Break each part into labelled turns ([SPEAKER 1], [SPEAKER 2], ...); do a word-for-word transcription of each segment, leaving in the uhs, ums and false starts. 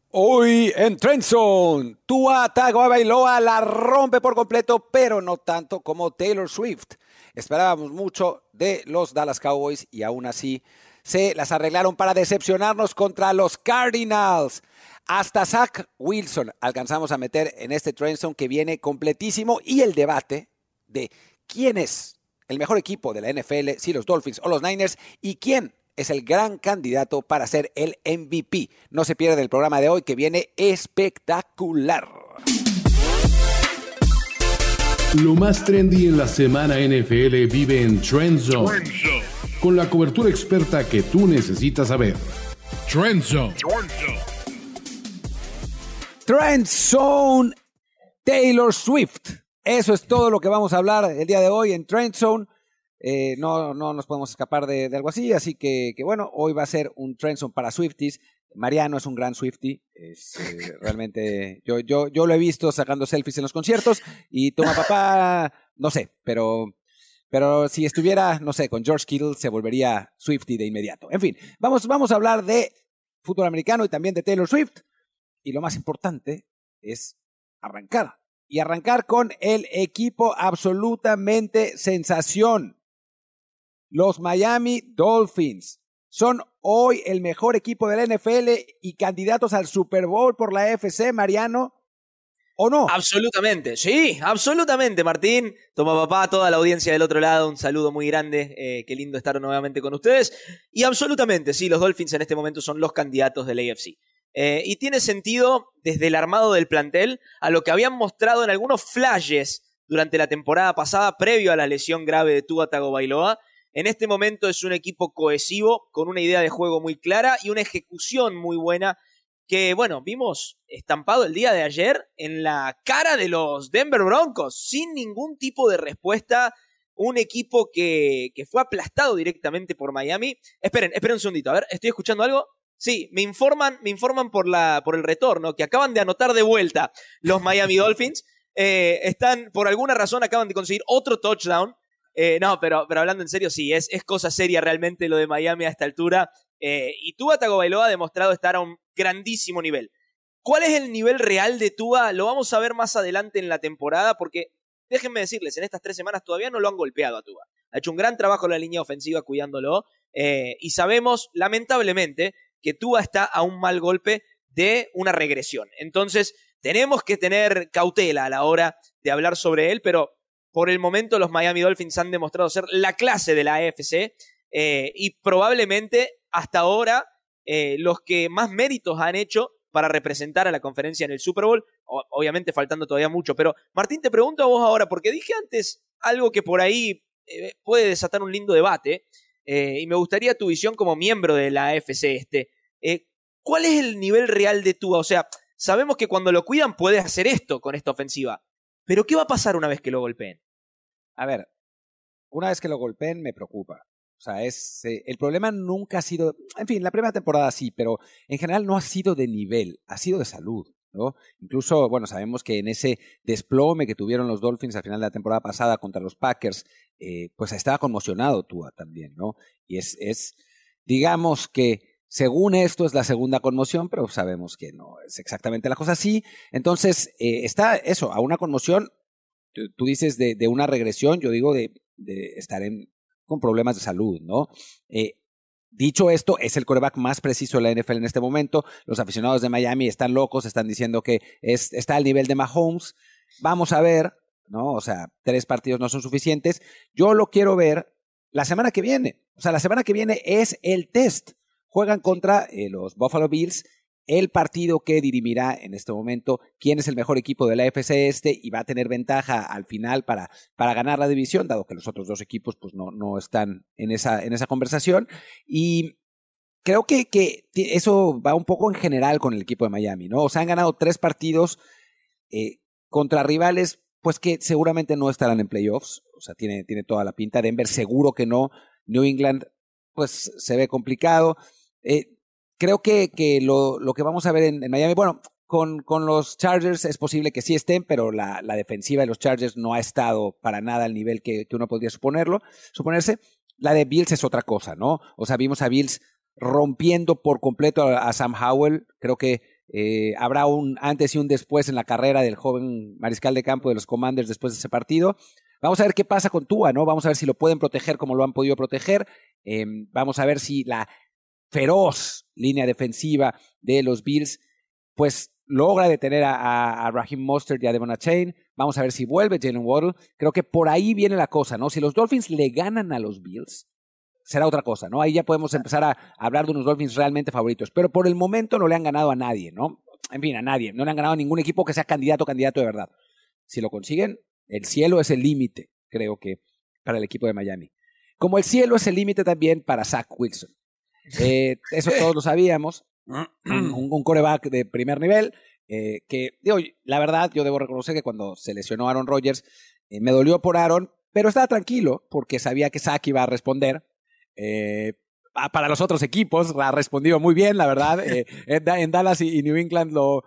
[SPEAKER 1] Hoy en Trend Zone, Tua Tagovailoa la rompe por completo, pero no tanto como Taylor Swift. Esperábamos mucho de los Dallas Cowboys y aún así se las arreglaron para decepcionarnos contra los Cardinals. Hasta Zach Wilson alcanzamos a meter en este Trend Zone que viene completísimo, y el debate de quién es el mejor equipo de la N F L, si los Dolphins o los Niners, y quién es el gran candidato para ser el M V P. No se pierda el programa de hoy, que viene espectacular.
[SPEAKER 2] Lo más trendy en la semana N F L vive en Trend Zone, Trend Zone. Con la cobertura experta que tú necesitas saber. Trend Zone.
[SPEAKER 1] Trend Zone, Taylor Swift. Eso es todo lo que vamos a hablar el día de hoy en Trend Zone. Eh, no, no nos podemos escapar de, de algo así, así que, que bueno, hoy va a ser un Trend Zone para Swifties. Mariano es un gran Swiftie, es, eh, realmente yo, yo, yo lo he visto sacando selfies en los conciertos, y toma papá, no sé, pero, pero si estuviera, no sé, con George Kittle se volvería Swiftie de inmediato. En fin, vamos, vamos a hablar de fútbol americano y también de Taylor Swift, y lo más importante es arrancar, y arrancar con el equipo absolutamente sensación. Los Miami Dolphins son hoy el mejor equipo de la N F L y candidatos al Super Bowl por la A F C, Mariano, ¿o no?
[SPEAKER 3] Absolutamente, sí, absolutamente, Martín. Toma papá, toda la audiencia del otro lado, un saludo muy grande, eh, qué lindo estar nuevamente con ustedes. Y absolutamente, sí, los Dolphins en este momento son los candidatos del A F C. Eh, y tiene sentido desde el armado del plantel a lo que habían mostrado en algunos flashes durante la temporada pasada, previo a la lesión grave de Tua Tagovailoa. En este momento es un equipo cohesivo, con una idea de juego muy clara y una ejecución muy buena que, bueno, vimos estampado el día de ayer en la cara de los Denver Broncos, sin ningún tipo de respuesta. Un equipo que, que fue aplastado directamente por Miami. Esperen, esperen un segundito, a ver, ¿estoy escuchando algo? Sí, me informan, me informan por, la, por el retorno que acaban de anotar de vuelta los Miami Dolphins. Eh, están, por alguna razón, acaban de conseguir otro touchdown. Eh, no, pero, pero hablando en serio, sí, es, es cosa seria realmente lo de Miami a esta altura. Eh, y Tua Tagovailoa ha demostrado estar a un grandísimo nivel. ¿Cuál es el nivel real de Tua? Lo vamos a ver más adelante en la temporada, porque déjenme decirles, en estas tres semanas todavía no lo han golpeado a Tua. Ha hecho un gran trabajo en la línea ofensiva cuidándolo, eh, y sabemos, lamentablemente, que Tua está a un mal golpe de una regresión. Entonces, tenemos que tener cautela a la hora de hablar sobre él, pero por el momento los Miami Dolphins han demostrado ser la clase de la A F C, eh, y probablemente hasta ahora eh, los que más méritos han hecho para representar a la conferencia en el Super Bowl, o, obviamente faltando todavía mucho. Pero Martín, te pregunto a vos ahora, porque dije antes algo que por ahí eh, puede desatar un lindo debate, eh, y me gustaría tu visión como miembro de la A F C este. Eh, ¿Cuál es el nivel real de Tua? O sea, sabemos que cuando lo cuidan puede hacer esto con esta ofensiva, pero ¿qué va a pasar una vez que lo golpeen?
[SPEAKER 1] A ver, una vez que lo golpeen me preocupa. O sea, es eh, el problema nunca ha sido, en fin, la primera temporada sí, pero en general no ha sido de nivel, ha sido de salud, ¿no? Incluso, bueno, sabemos que en ese desplome que tuvieron los Dolphins al final de la temporada pasada contra los Packers, eh, pues estaba conmocionado Tua también, ¿no? Y es, es, digamos que según esto es la segunda conmoción, pero sabemos que no es exactamente la cosa así. Entonces, eh, está eso, a una conmoción. Tú, tú dices de, de una regresión, yo digo de, de estar en, con problemas de salud, ¿no? Eh, dicho esto, es el quarterback más preciso de la N F L en este momento. Los aficionados de Miami están locos, están diciendo que es, está al nivel de Mahomes. Vamos a ver, ¿no? O sea, tres partidos no son suficientes. Yo lo quiero ver la semana que viene. O sea, la semana que viene es el test. Juegan contra eh, los Buffalo Bills, el partido que dirimirá en este momento quién es el mejor equipo de la A F C este, y va a tener ventaja al final para, para ganar la división, dado que los otros dos equipos pues no, no están en esa, en esa conversación. Y creo que, que eso va un poco en general con el equipo de Miami, ¿no? O sea, han ganado tres partidos eh, contra rivales pues que seguramente no estarán en playoffs. O sea, tiene, tiene toda la pinta. Denver seguro que no. New England pues se ve complicado. Eh, creo que, que lo, lo que vamos a ver en, en Miami, bueno, con, con los Chargers es posible que sí estén, pero la, la defensiva de los Chargers no ha estado para nada al nivel que, que uno podría suponerlo, suponerse. La de Bills es otra cosa, ¿no? O sea, vimos a Bills rompiendo por completo a, a Sam Howell. Creo que Eh, habrá un antes y un después en la carrera del joven mariscal de campo de los Commanders después de ese partido. Vamos a ver qué pasa con Tua, ¿no? Vamos a ver si lo pueden proteger como lo han podido proteger. Eh, vamos a ver si la feroz línea defensiva de los Bills, pues logra detener a, a, a Raheem Mostert y a Devon Achane. Vamos a ver si vuelve Jalen Waddle. Creo que por ahí viene la cosa, ¿no? Si los Dolphins le ganan a los Bills, será otra cosa, ¿no? Ahí ya podemos empezar a hablar de unos Dolphins realmente favoritos. Pero por el momento no le han ganado a nadie, ¿no? En fin, a nadie. No le han ganado a ningún equipo que sea candidato, candidato de verdad. Si lo consiguen, el cielo es el límite, creo que, para el equipo de Miami. Como el cielo es el límite también para Zach Wilson. Eh, eso todos lo sabíamos. Un, un quarterback de primer nivel, eh, que, digo, la verdad, yo debo reconocer que cuando se lesionó Aaron Rodgers, eh, me dolió por Aaron, pero estaba tranquilo porque sabía que Zach iba a responder. Eh, para los otros equipos ha respondido muy bien, la verdad. Eh, en Dallas y New England lo,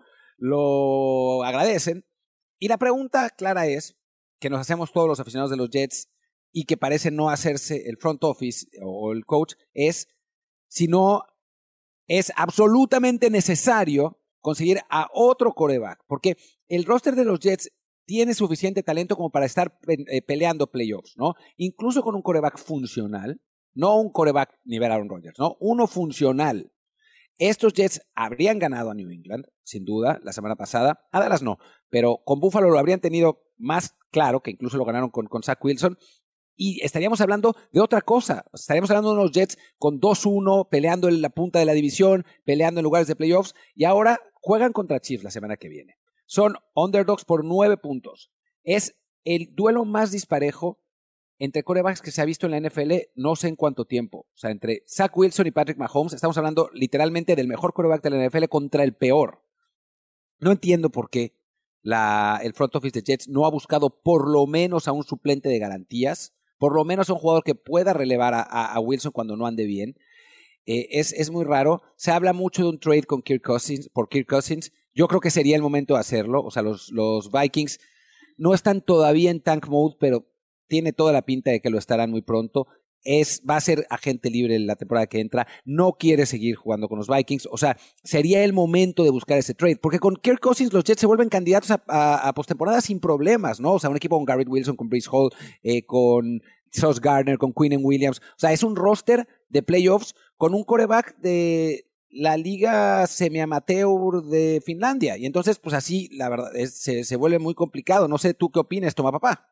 [SPEAKER 1] lo agradecen. Y la pregunta clara es, que nos hacemos todos los aficionados de los Jets y que parece no hacerse el front office o el coach, es si no es absolutamente necesario conseguir a otro quarterback, porque el roster de los Jets tiene suficiente talento como para estar pe- peleando playoffs, ¿no? Incluso con un quarterback funcional, no un quarterback nivel Aaron Rodgers, ¿no? Uno funcional. Estos Jets habrían ganado a New England, sin duda, la semana pasada. A Dallas no, pero con Buffalo lo habrían tenido más claro, que incluso lo ganaron con, con Zach Wilson. Y estaríamos hablando de otra cosa. Estaríamos hablando de unos Jets con dos uno, peleando en la punta de la división, peleando en lugares de playoffs, y ahora juegan contra Chiefs la semana que viene. Son underdogs por nueve puntos. Es el duelo más disparejo entre quarterbacks que se ha visto en la N F L no sé en cuánto tiempo. O sea, entre Zach Wilson y Patrick Mahomes, estamos hablando literalmente del mejor quarterback de la N F L contra el peor. No entiendo por qué la, el front office de Jets no ha buscado por lo menos a un suplente de garantías, por lo menos a un jugador que pueda relevar a, a, a Wilson cuando no ande bien. Eh, es, es muy raro. Se habla mucho de un trade con Kirk Cousins, por Kirk Cousins. Yo creo que sería el momento de hacerlo. O sea, los, los Vikings no están todavía en tank mode, pero tiene toda la pinta de que lo estarán muy pronto. Es, va a ser agente libre la temporada que entra. No quiere seguir jugando con los Vikings. O sea, sería el momento de buscar ese trade. Porque con Kirk Cousins los Jets se vuelven candidatos a, a, a postemporada sin problemas, ¿no? O sea, un equipo con Garrett Wilson, con Breece Hall, eh, con Sauce Gardner, con Quinnen Williams. O sea, es un roster de playoffs con un quarterback de la liga semi-amateur de Finlandia. Y entonces, pues así, la verdad, es, se, se vuelve muy complicado. No sé, ¿tú qué opinas, Toma Papá?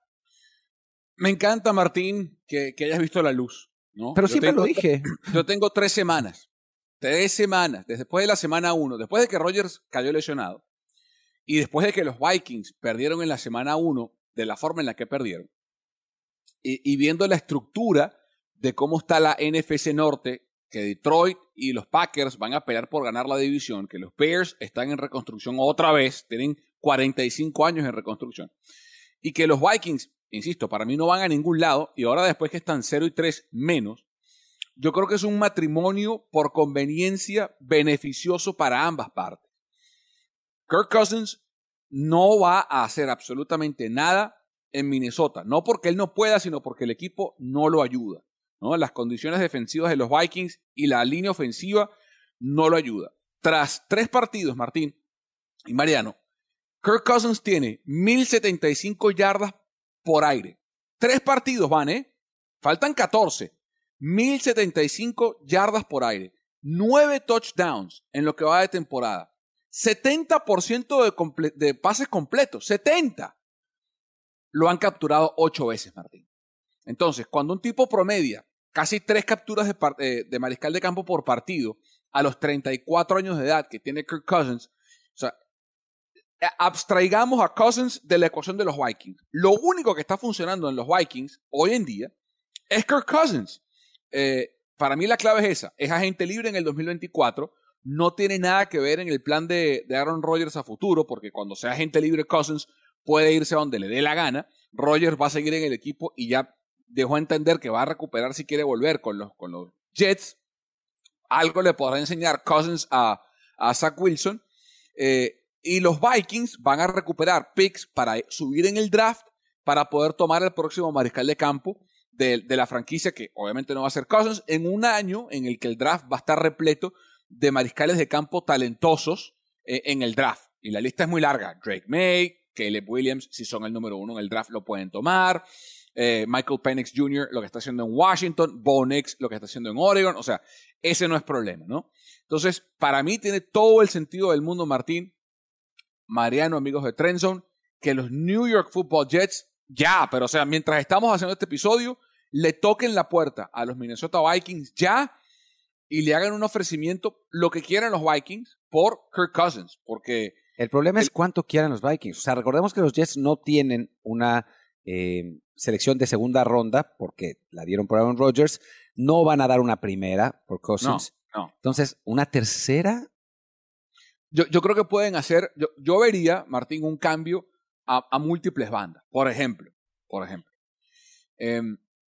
[SPEAKER 4] Me encanta, Martín, que, que hayas visto la luz, ¿no?
[SPEAKER 1] Pero
[SPEAKER 4] yo
[SPEAKER 1] siempre
[SPEAKER 4] tengo,
[SPEAKER 1] lo dije.
[SPEAKER 4] Yo tengo tres semanas. Tres semanas. Después de la semana uno. Después de que Rodgers cayó lesionado. Y después de que los Vikings perdieron en la semana uno de la forma en la que perdieron. Y, y viendo la estructura de cómo está la N F C Norte, que Detroit y los Packers van a pelear por ganar la división, que los Bears están en reconstrucción otra vez, tienen cuarenta y cinco años en reconstrucción. Y que los Vikings, insisto, para mí no van a ningún lado, y ahora después que están cero y tres menos, yo creo que es un matrimonio por conveniencia beneficioso para ambas partes. Kirk Cousins no va a hacer absolutamente nada en Minnesota, no porque él no pueda, sino porque el equipo no lo ayuda, ¿no? Las condiciones defensivas de los Vikings y la línea ofensiva no lo ayuda. Tras tres partidos, Martín y Mariano, Kirk Cousins tiene mil setenta y cinco yardas por aire. Tres partidos van, ¿eh? Faltan catorce. mil setenta y cinco yardas por aire. Nueve touchdowns en lo que va de temporada. setenta por ciento de, comple- de pases completos. setenta. Lo han capturado ocho veces, Martín. Entonces, cuando un tipo promedia casi tres capturas de, par- de, de mariscal de campo por partido a los treinta y cuatro años de edad que tiene Kirk Cousins, o sea, abstraigamos a Cousins de la ecuación de los Vikings. Lo único que está funcionando en los Vikings hoy en día es Kirk Cousins. Eh, para mí la clave es esa. Es agente libre en el dos mil veinticuatro. No tiene nada que ver en el plan de, de Aaron Rodgers a futuro, porque cuando sea agente libre Cousins puede irse a donde le dé la gana. Rodgers va a seguir en el equipo y ya dejó entender que va a recuperar si quiere volver con los, con los Jets. Algo le podrá enseñar Cousins a, a Zach Wilson. Eh, Y los Vikings van a recuperar picks para subir en el draft para poder tomar el próximo mariscal de campo de, de la franquicia, que obviamente no va a ser Cousins, en un año en el que el draft va a estar repleto de mariscales de campo talentosos eh, en el draft. Y la lista es muy larga. Drake May, Caleb Williams, si son el número uno en el draft, lo pueden tomar. Eh, Michael Penix junior, lo que está haciendo en Washington. Bo Nix, lo que está haciendo en Oregon. O sea, ese no es problema, ¿no? Entonces, para mí tiene todo el sentido del mundo, Martín, Mariano, amigos de Trend Zone, que los New York Football Jets, ya, pero o sea, mientras estamos haciendo este episodio, le toquen la puerta a los Minnesota Vikings ya y le hagan un ofrecimiento, lo que quieran los Vikings, por Kirk Cousins, porque...
[SPEAKER 1] El problema
[SPEAKER 4] el...
[SPEAKER 1] es cuánto quieran los Vikings. O sea, recordemos que los Jets no tienen una eh, selección de segunda ronda, porque la dieron por Aaron Rodgers, no van a dar una primera por Cousins.
[SPEAKER 4] No, no.
[SPEAKER 1] Entonces, ¿una tercera?
[SPEAKER 4] Yo, yo creo que pueden hacer, yo, yo vería, Martín, un cambio a, a múltiples bandas. Por ejemplo, por ejemplo, eh,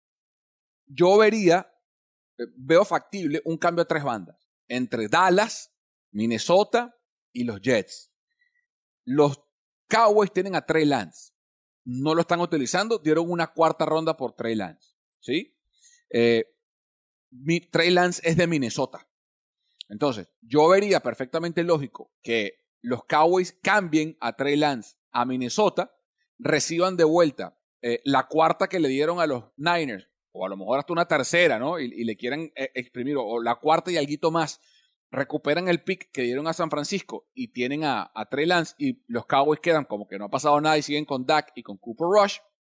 [SPEAKER 4] yo vería, eh, veo factible un cambio a tres bandas, entre Dallas, Minnesota y los Jets. Los Cowboys tienen a Trey Lance. No lo están utilizando, dieron una cuarta ronda por Trey Lance. ¿Sí? Eh, mi, Trey Lance es de Minnesota. Entonces, yo vería perfectamente lógico que los Cowboys cambien a Trey Lance a Minnesota, reciban de vuelta eh, la cuarta que le dieron a los Niners, o a lo mejor hasta una tercera, ¿no? Y, y le quieran eh, exprimir, o, o la cuarta y alguito más, recuperan el pick que dieron a San Francisco y tienen a, a Trey Lance, y los Cowboys quedan como que no ha pasado nada y siguen con Dak y con Cooper Rush.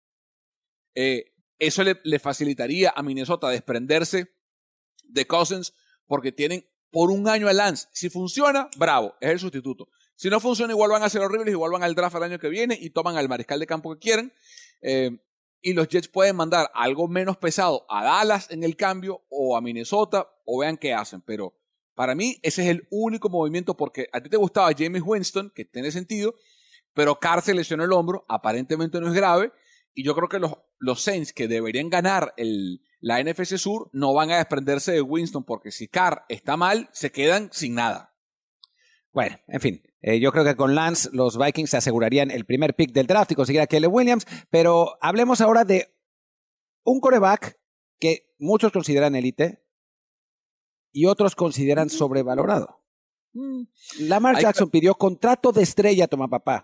[SPEAKER 4] Eh, eso le, le facilitaría a Minnesota desprenderse de Cousins, porque tienen por un año a Lance. Si funciona, bravo, es el sustituto. Si no funciona, igual van a ser horribles, igual van al draft el año que viene y toman al mariscal de campo que quieren. Eh, y los Jets pueden mandar algo menos pesado a Dallas en el cambio, o a Minnesota, o vean qué hacen. Pero para mí ese es el único movimiento, porque a ti te gustaba Jameis Winston, que tiene sentido, pero Carr se lesionó el hombro, aparentemente no es grave, y yo creo que los, los Saints, que deberían ganar el... la N F C Sur, no van a desprenderse de Winston, porque si Carr está mal, se quedan sin nada.
[SPEAKER 1] Bueno, en fin, eh, yo creo que con Lance los Vikings se asegurarían el primer pick del draft y conseguir a Caleb Williams, pero hablemos ahora de un quarterback que muchos consideran élite y otros consideran sobrevalorado. Mm. Lamar Hay... Jackson pidió contrato de estrella, toma papá.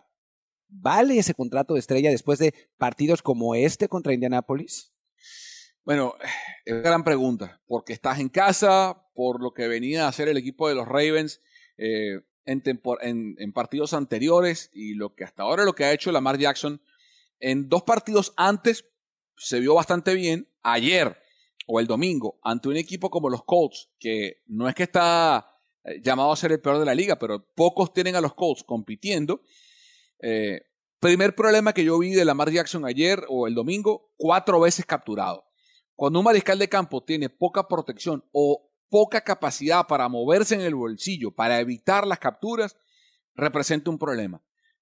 [SPEAKER 1] ¿Vale ese contrato de estrella después de partidos como este contra Indianapolis?
[SPEAKER 4] Bueno, es una gran pregunta, porque estás en casa, por lo que venía a hacer el equipo de los Ravens eh, en, tempor- en, en partidos anteriores, y lo que hasta ahora lo que ha hecho Lamar Jackson en dos partidos antes se vio bastante bien. Ayer o el domingo, ante un equipo como los Colts, que no es que está llamado a ser el peor de la liga, pero pocos tienen a los Colts compitiendo. Eh, primer problema que yo vi de Lamar Jackson ayer o el domingo, cuatro veces capturado. Cuando un mariscal de campo tiene poca protección o poca capacidad para moverse en el bolsillo, para evitar las capturas, representa un problema.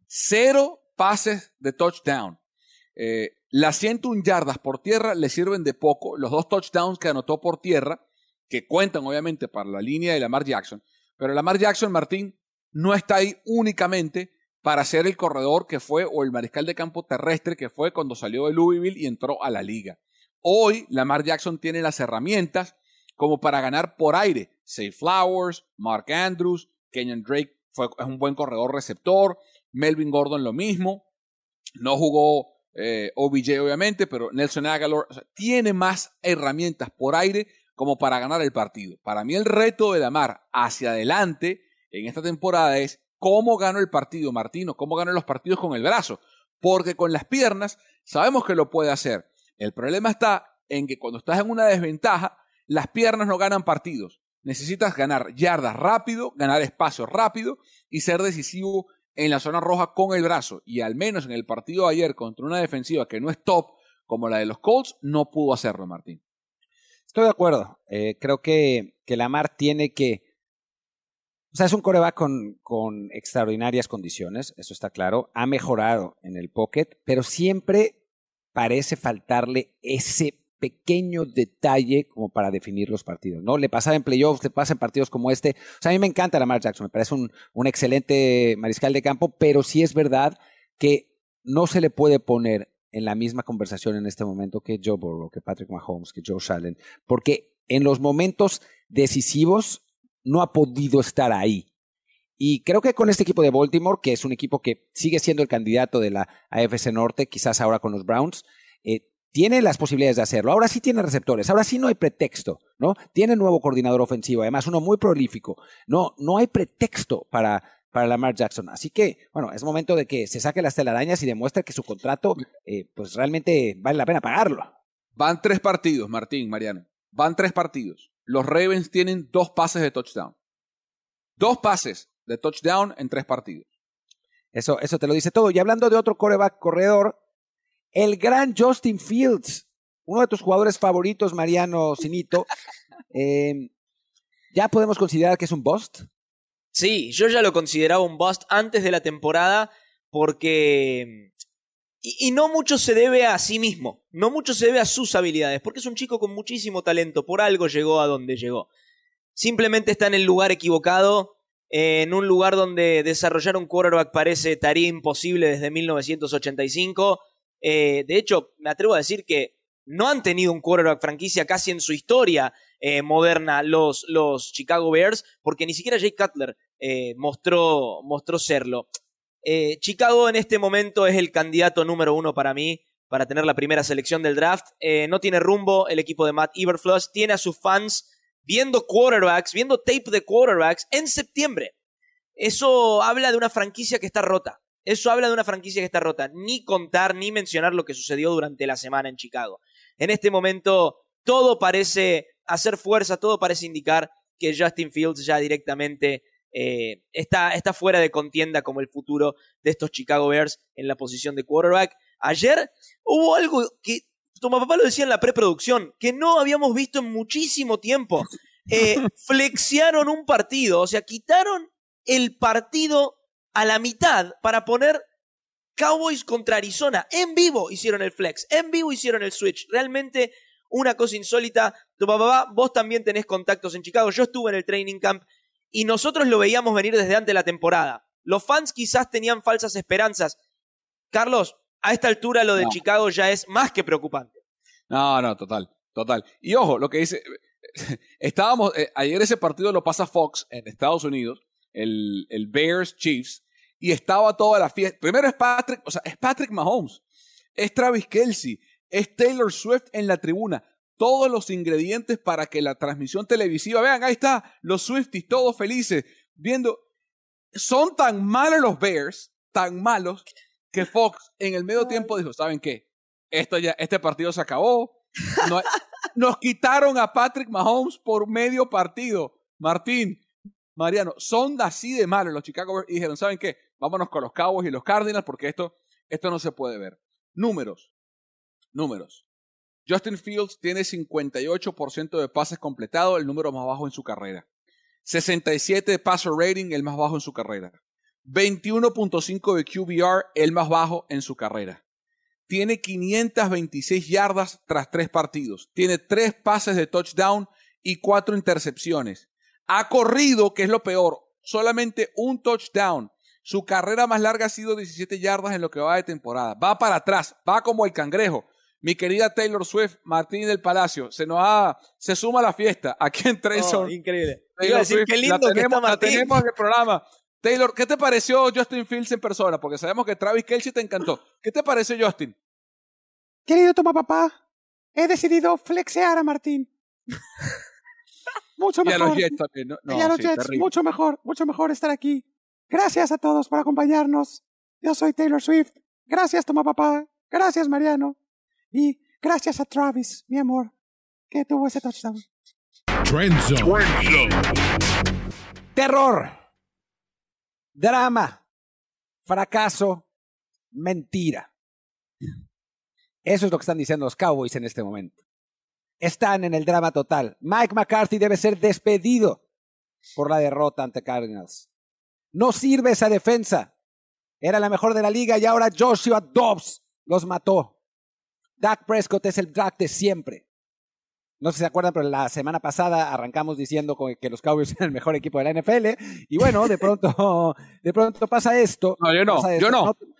[SPEAKER 4] Cero pases de touchdown. Eh, las ciento una yardas por tierra le sirven de poco. Los dos touchdowns que anotó por tierra, que cuentan obviamente para la línea de Lamar Jackson, pero Lamar Jackson, Martín, no está ahí únicamente para ser el corredor que fue, o el mariscal de campo terrestre que fue cuando salió de Louisville y entró a la liga. Hoy Lamar Jackson tiene las herramientas como para ganar por aire. Zay Flowers, Mark Andrews, Kenyon Drake fue, es un buen corredor receptor, Melvin Gordon lo mismo, no jugó eh, O B J obviamente, pero Nelson Agholor, o sea, tiene más herramientas por aire como para ganar el partido. Para mí el reto de Lamar hacia adelante en esta temporada es cómo gano el partido, Martino, cómo gano los partidos con el brazo, porque con las piernas sabemos que lo puede hacer. El problema está en que cuando estás en una desventaja, las piernas no ganan partidos. Necesitas ganar yardas rápido, ganar espacio rápido y ser decisivo en la zona roja con el brazo. Y al menos en el partido de ayer contra una defensiva que no es top como la de los Colts, no pudo hacerlo, Martín.
[SPEAKER 1] Estoy de acuerdo. Eh, creo que, que Lamar tiene que... O sea, es un quarterback con, con extraordinarias condiciones, eso está claro. Ha mejorado en el pocket, pero siempre parece faltarle ese pequeño detalle como para definir los partidos, ¿no? Le pasaba en playoffs, le pasa en partidos como este. O sea, a mí me encanta Lamar Jackson, me parece un, un excelente mariscal de campo, pero sí es verdad que no se le puede poner en la misma conversación en este momento que Joe Burrow, que Patrick Mahomes, que Josh Allen, porque en los momentos decisivos no ha podido estar ahí. Y creo que con este equipo de Baltimore, que es un equipo que sigue siendo el candidato de la A F C Norte, quizás ahora con los Browns, eh, tiene las posibilidades de hacerlo. Ahora sí tiene receptores, ahora sí no hay pretexto, ¿no? Tiene nuevo coordinador ofensivo, además uno muy prolífico. No, no hay pretexto para, para Lamar Jackson. Así que, bueno, es momento de que se saque las telarañas y demuestre que su contrato, eh, pues realmente vale la pena pagarlo.
[SPEAKER 4] Van tres partidos, Martín, Mariano. Van tres partidos. Los Ravens tienen dos pases de touchdown. Dos pases de touchdown en tres partidos.
[SPEAKER 1] Eso, eso te lo dice todo. Y hablando de otro quarterback corredor, el gran Justin Fields, uno de tus jugadores favoritos, Mariano Cinito, eh, ¿ya podemos considerar que es un bust?
[SPEAKER 3] Sí, yo ya lo consideraba un bust antes de la temporada porque... Y, y no mucho se debe a sí mismo, no mucho se debe a sus habilidades, porque es un chico con muchísimo talento, por algo llegó a donde llegó. Simplemente está en el lugar equivocado, en un lugar donde desarrollar un quarterback parece tarea imposible desde mil novecientos ochenta y cinco. Eh, de hecho, me atrevo a decir que no han tenido un quarterback franquicia casi en su historia eh, moderna los, los Chicago Bears, porque ni siquiera Jay Cutler eh, mostró, mostró serlo. Eh, Chicago en este momento es el candidato número uno para mí, para tener la primera selección del draft. Eh, no tiene rumbo el equipo de Matt Eberflus, tiene a sus fans viendo quarterbacks, viendo tape de quarterbacks en septiembre. Eso habla de una franquicia que está rota. Eso habla de una franquicia que está rota. Ni contar, ni mencionar lo que sucedió durante la semana en Chicago. En este momento, todo parece hacer fuerza, todo parece indicar que Justin Fields ya directamente eh, está, está fuera de contienda como el futuro de estos Chicago Bears en la posición de quarterback. Ayer hubo algo que tu papá lo decía en la preproducción, que no habíamos visto en muchísimo tiempo. Eh, flexearon un partido, o sea, quitaron el partido a la mitad para poner Cowboys contra Arizona. En vivo hicieron el flex, en vivo hicieron el switch. Realmente una cosa insólita. Tu papá, vos también tenés contactos en Chicago. Yo estuve en el training camp y nosotros lo veíamos venir desde antes de la temporada. Los fans quizás tenían falsas esperanzas. Carlos, a esta altura lo de no. Chicago ya es más que preocupante.
[SPEAKER 4] No, no, total, total. Y ojo, lo que dice, estábamos, eh, ayer ese partido lo pasa Fox en Estados Unidos, el, el Bears Chiefs, y estaba toda la fiesta. Primero es Patrick, o sea, es Patrick Mahomes, es Travis Kelce, es Taylor Swift en la tribuna. Todos los ingredientes para que la transmisión televisiva, vean, ahí está, los Swifties, todos felices, viendo. Son tan malos los Bears, tan malos, que Fox en el medio tiempo dijo, ¿saben qué? Esto ya, este partido se acabó. No, nos quitaron a Patrick Mahomes por medio partido. Martín, Mariano, son así de malos los Chicago Bears y dijeron, ¿saben qué? Vámonos con los Cowboys y los Cardinals porque esto, esto no se puede ver. Números. Números. Justin Fields tiene cincuenta y ocho por ciento de pases completados, el número más bajo en su carrera. sesenta y siete de passer rating, el más bajo en su carrera. veintiuno punto cinco de Q B R, el más bajo en su carrera. Tiene quinientas veintiséis yardas tras tres partidos. Tiene tres pases de touchdown y cuatro intercepciones. Ha corrido, que es lo peor, solamente un touchdown. Su carrera más larga ha sido diecisiete yardas en lo que va de temporada. Va para atrás, va como el cangrejo. Mi querida Taylor Swift, Martín del Palacio, se nos ha, se suma a la fiesta aquí en Trenson.
[SPEAKER 3] Oh, increíble.
[SPEAKER 4] Iba a
[SPEAKER 3] decir,
[SPEAKER 4] Swift,
[SPEAKER 3] qué lindo
[SPEAKER 4] la tenemos,
[SPEAKER 3] que está Martín.
[SPEAKER 4] La tenemos en el programa. Taylor, ¿qué te pareció Justin Fields en persona? Porque sabemos que Travis Kelce te encantó. ¿Qué te pareció Justin?
[SPEAKER 1] Querido toma papá, he decidido flexear a Martín. Mucho mejor.
[SPEAKER 4] Y a los Jets también, ¿no? No,
[SPEAKER 1] y a los
[SPEAKER 4] sí,
[SPEAKER 1] Jets,
[SPEAKER 4] terrible.
[SPEAKER 1] mucho mejor, mucho mejor estar aquí. Gracias a todos por acompañarnos. Yo soy Taylor Swift. Gracias, toma papá. Gracias, Mariano. Y gracias a Travis, mi amor, que tuvo ese touchdown.
[SPEAKER 2] Trend Zone.
[SPEAKER 1] Terror. Drama. Fracaso. Mentira. Eso es lo que están diciendo los Cowboys en este momento. Están en el drama total. Mike McCarthy debe ser despedido por la derrota ante Cardinals. No sirve esa defensa. Era la mejor de la liga y ahora Joshua Dobbs los mató. Dak Prescott es el Dak de siempre. No sé si se acuerdan, pero la semana pasada arrancamos diciendo que los Cowboys eran el mejor equipo de la N F L. Y bueno, de pronto, de pronto pasa esto.
[SPEAKER 4] No, yo no,
[SPEAKER 1] pasa esto.
[SPEAKER 4] yo no.
[SPEAKER 1] no.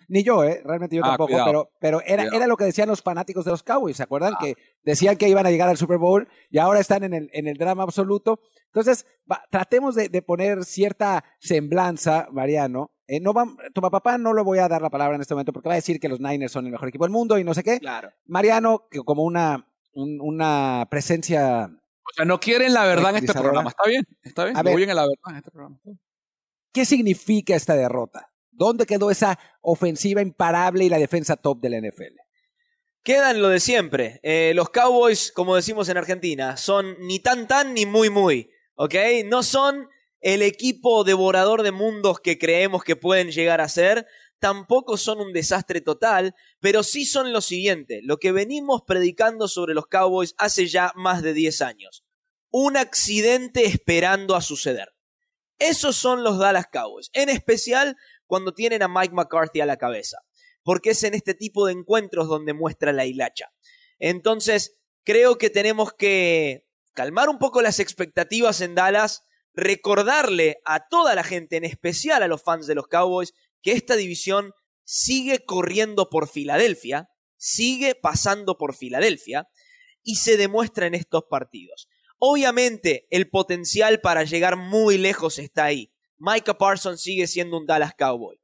[SPEAKER 1] Ni yo, ¿eh? Realmente yo
[SPEAKER 4] Ah,
[SPEAKER 1] tampoco,
[SPEAKER 4] cuidado.
[SPEAKER 1] pero, pero era,
[SPEAKER 4] Cuidado.
[SPEAKER 1] era lo que decían los fanáticos de los Cowboys, ¿se acuerdan?
[SPEAKER 4] Ah.
[SPEAKER 1] Que decían que iban a llegar al Super Bowl y ahora están en el, en el drama absoluto. Entonces, va, tratemos de, de poner cierta semblanza, Mariano. Eh, no va, tu papá no le voy a dar la palabra en este momento porque va a decir que los Niners son el mejor equipo del mundo y no sé qué.
[SPEAKER 3] Claro.
[SPEAKER 1] Mariano, que como una, un, una presencia...
[SPEAKER 4] O sea, no quieren la verdad en este
[SPEAKER 1] Tranquilizadora.
[SPEAKER 4] programa. Está bien, está bien.
[SPEAKER 1] A ver.
[SPEAKER 4] No bien en la verdad en este programa.
[SPEAKER 1] ¿Qué significa esta derrota? ¿Dónde quedó esa ofensiva imparable y la defensa top de la N F L?
[SPEAKER 3] Queda en lo de siempre. Eh, los Cowboys, como decimos en Argentina, son ni tan tan ni muy muy. ¿Ok? No son el equipo devorador de mundos que creemos que pueden llegar a ser. Tampoco son un desastre total, pero sí son lo siguiente, lo que venimos predicando sobre los Cowboys hace ya más de diez años. Un accidente esperando a suceder. Esos son los Dallas Cowboys, en especial cuando tienen a Mike McCarthy a la cabeza, porque es en este tipo de encuentros donde muestra la hilacha. Entonces, creo que tenemos que calmar un poco las expectativas en Dallas, recordarle a toda la gente, en especial a los fans de los Cowboys, que esta división sigue corriendo por Filadelfia, sigue pasando por Filadelfia, y se demuestra en estos partidos. Obviamente, el potencial para llegar muy lejos está ahí. Micah Parsons sigue siendo un Dallas Cowboy.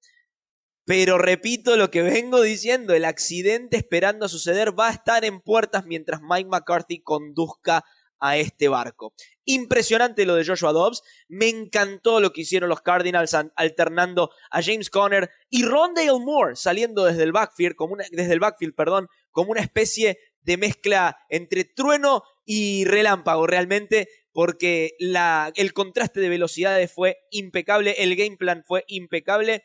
[SPEAKER 3] Pero repito lo que vengo diciendo, el accidente esperando a suceder va a estar en puertas mientras Mike McCarthy conduzca a este barco. Impresionante lo de Joshua Dobbs. Me encantó lo que hicieron los Cardinals alternando a James Conner y Rondale Moore saliendo desde el backfield, como una, desde el backfield, perdón, como una especie de mezcla entre trueno y relámpago realmente, porque la, el contraste de velocidades fue impecable, el game plan fue impecable.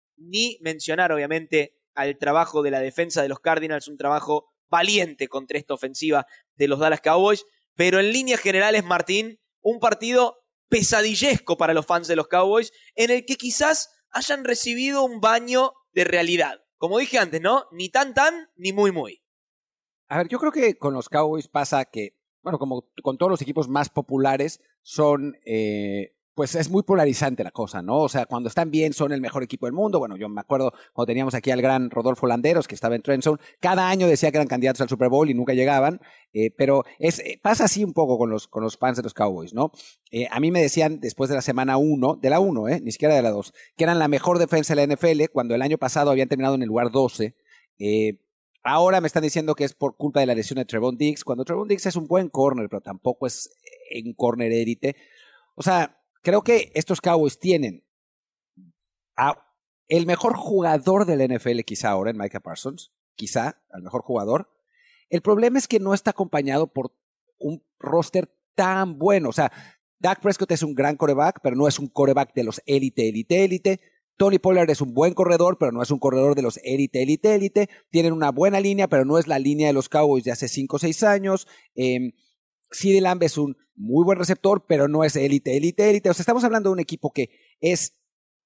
[SPEAKER 3] Ni mencionar obviamente al trabajo de la defensa de los Cardinals, un trabajo valiente contra esta ofensiva de los Dallas Cowboys. Pero en líneas generales, Martín, un partido pesadillesco para los fans de los Cowboys, en el que quizás hayan recibido un baño de realidad. Como dije antes, ¿no? Ni tan tan, ni muy muy.
[SPEAKER 1] A ver, yo creo que con los Cowboys pasa que, bueno, como con todos los equipos más populares, son, eh, pues es muy polarizante la cosa, ¿no? O sea, cuando están bien son el mejor equipo del mundo. Bueno, yo me acuerdo cuando teníamos aquí al gran Rodolfo Landeros, que estaba en Trend Zone, cada año decía que eran candidatos al Super Bowl y nunca llegaban, eh, pero es, eh, pasa así un poco con los, con los fans de los Cowboys, ¿no? Eh, a mí me decían después de la semana uno, de la uno, eh, ni siquiera de la dos, que eran la mejor defensa de la N F L, cuando el año pasado habían terminado en el lugar doce. Eh, Ahora me están diciendo que es por culpa de la lesión de Trevon Diggs, cuando Trevon Diggs es un buen corner, pero tampoco es un corner élite. O sea, creo que estos Cowboys tienen a el mejor jugador de la N F L quizá ahora en Micah Parsons, quizá al mejor jugador. El problema es que no está acompañado por un roster tan bueno. O sea, Dak Prescott es un gran quarterback, pero no es un quarterback de los élite, élite, élite. Tony Pollard es un buen corredor, pero no es un corredor de los élite, élite, élite. Tienen una buena línea, pero no es la línea de los Cowboys de hace cinco o seis años. Eh, CeeDee Lamb es un muy buen receptor, pero no es élite, élite, élite. O sea, estamos hablando de un equipo que es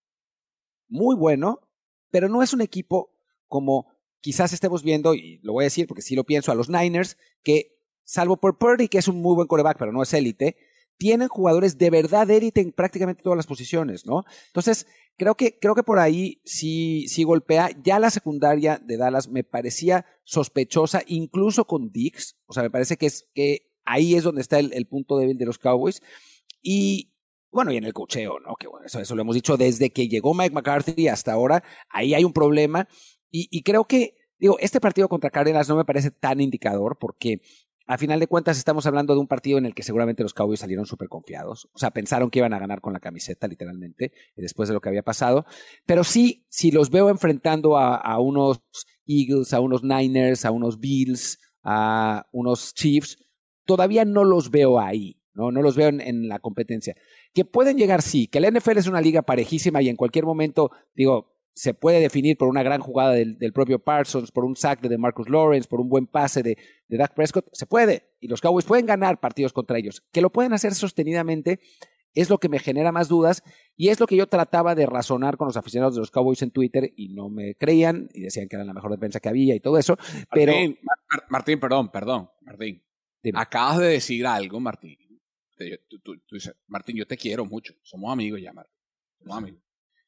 [SPEAKER 1] muy bueno, pero no es un equipo como quizás estemos viendo, y lo voy a decir porque sí lo pienso, a los Niners, que salvo por Purdy, que es un muy buen quarterback, pero no es élite, tienen jugadores de verdad élite en prácticamente todas las posiciones, ¿no? Entonces, creo que, creo que por ahí sí, sí golpea. Ya la secundaria de Dallas me parecía sospechosa, incluso con Diggs. O sea, me parece que, es, que ahí es donde está el, el punto débil de los Cowboys. Y bueno, y en el cocheo, ¿no? Que bueno, eso, eso lo hemos dicho desde que llegó Mike McCarthy hasta ahora. Ahí hay un problema. Y, y creo que, digo, este partido contra Cardinals no me parece tan indicador porque a final de cuentas estamos hablando de un partido en el que seguramente los Cowboys salieron súper confiados. O sea, pensaron que iban a ganar con la camiseta, literalmente, después de lo que había pasado. Pero sí, si los veo enfrentando a, a unos Eagles, a unos Niners, a unos Bills, a unos Chiefs, todavía no los veo ahí, ¿no? No los veo en, en la competencia. Que pueden llegar, sí, que la N F L es una liga parejísima y en cualquier momento, digo, se puede definir por una gran jugada del, del propio Parsons, por un sack de DeMarcus Lawrence, por un buen pase de, de Dak Prescott, se puede, y los Cowboys pueden ganar partidos contra ellos. Que lo pueden hacer sostenidamente es lo que me genera más dudas, y es lo que yo trataba de razonar con los aficionados de los Cowboys en Twitter, y no me creían, y decían que eran la mejor defensa que había y todo eso, pero...
[SPEAKER 4] Martín, Mar- Martín perdón, perdón, Martín.
[SPEAKER 1] Dime.
[SPEAKER 4] Acabas de decir algo, Martín. Tú, tú, tú dices, Martín, yo te quiero mucho, somos amigos ya, Martín, somos amigos.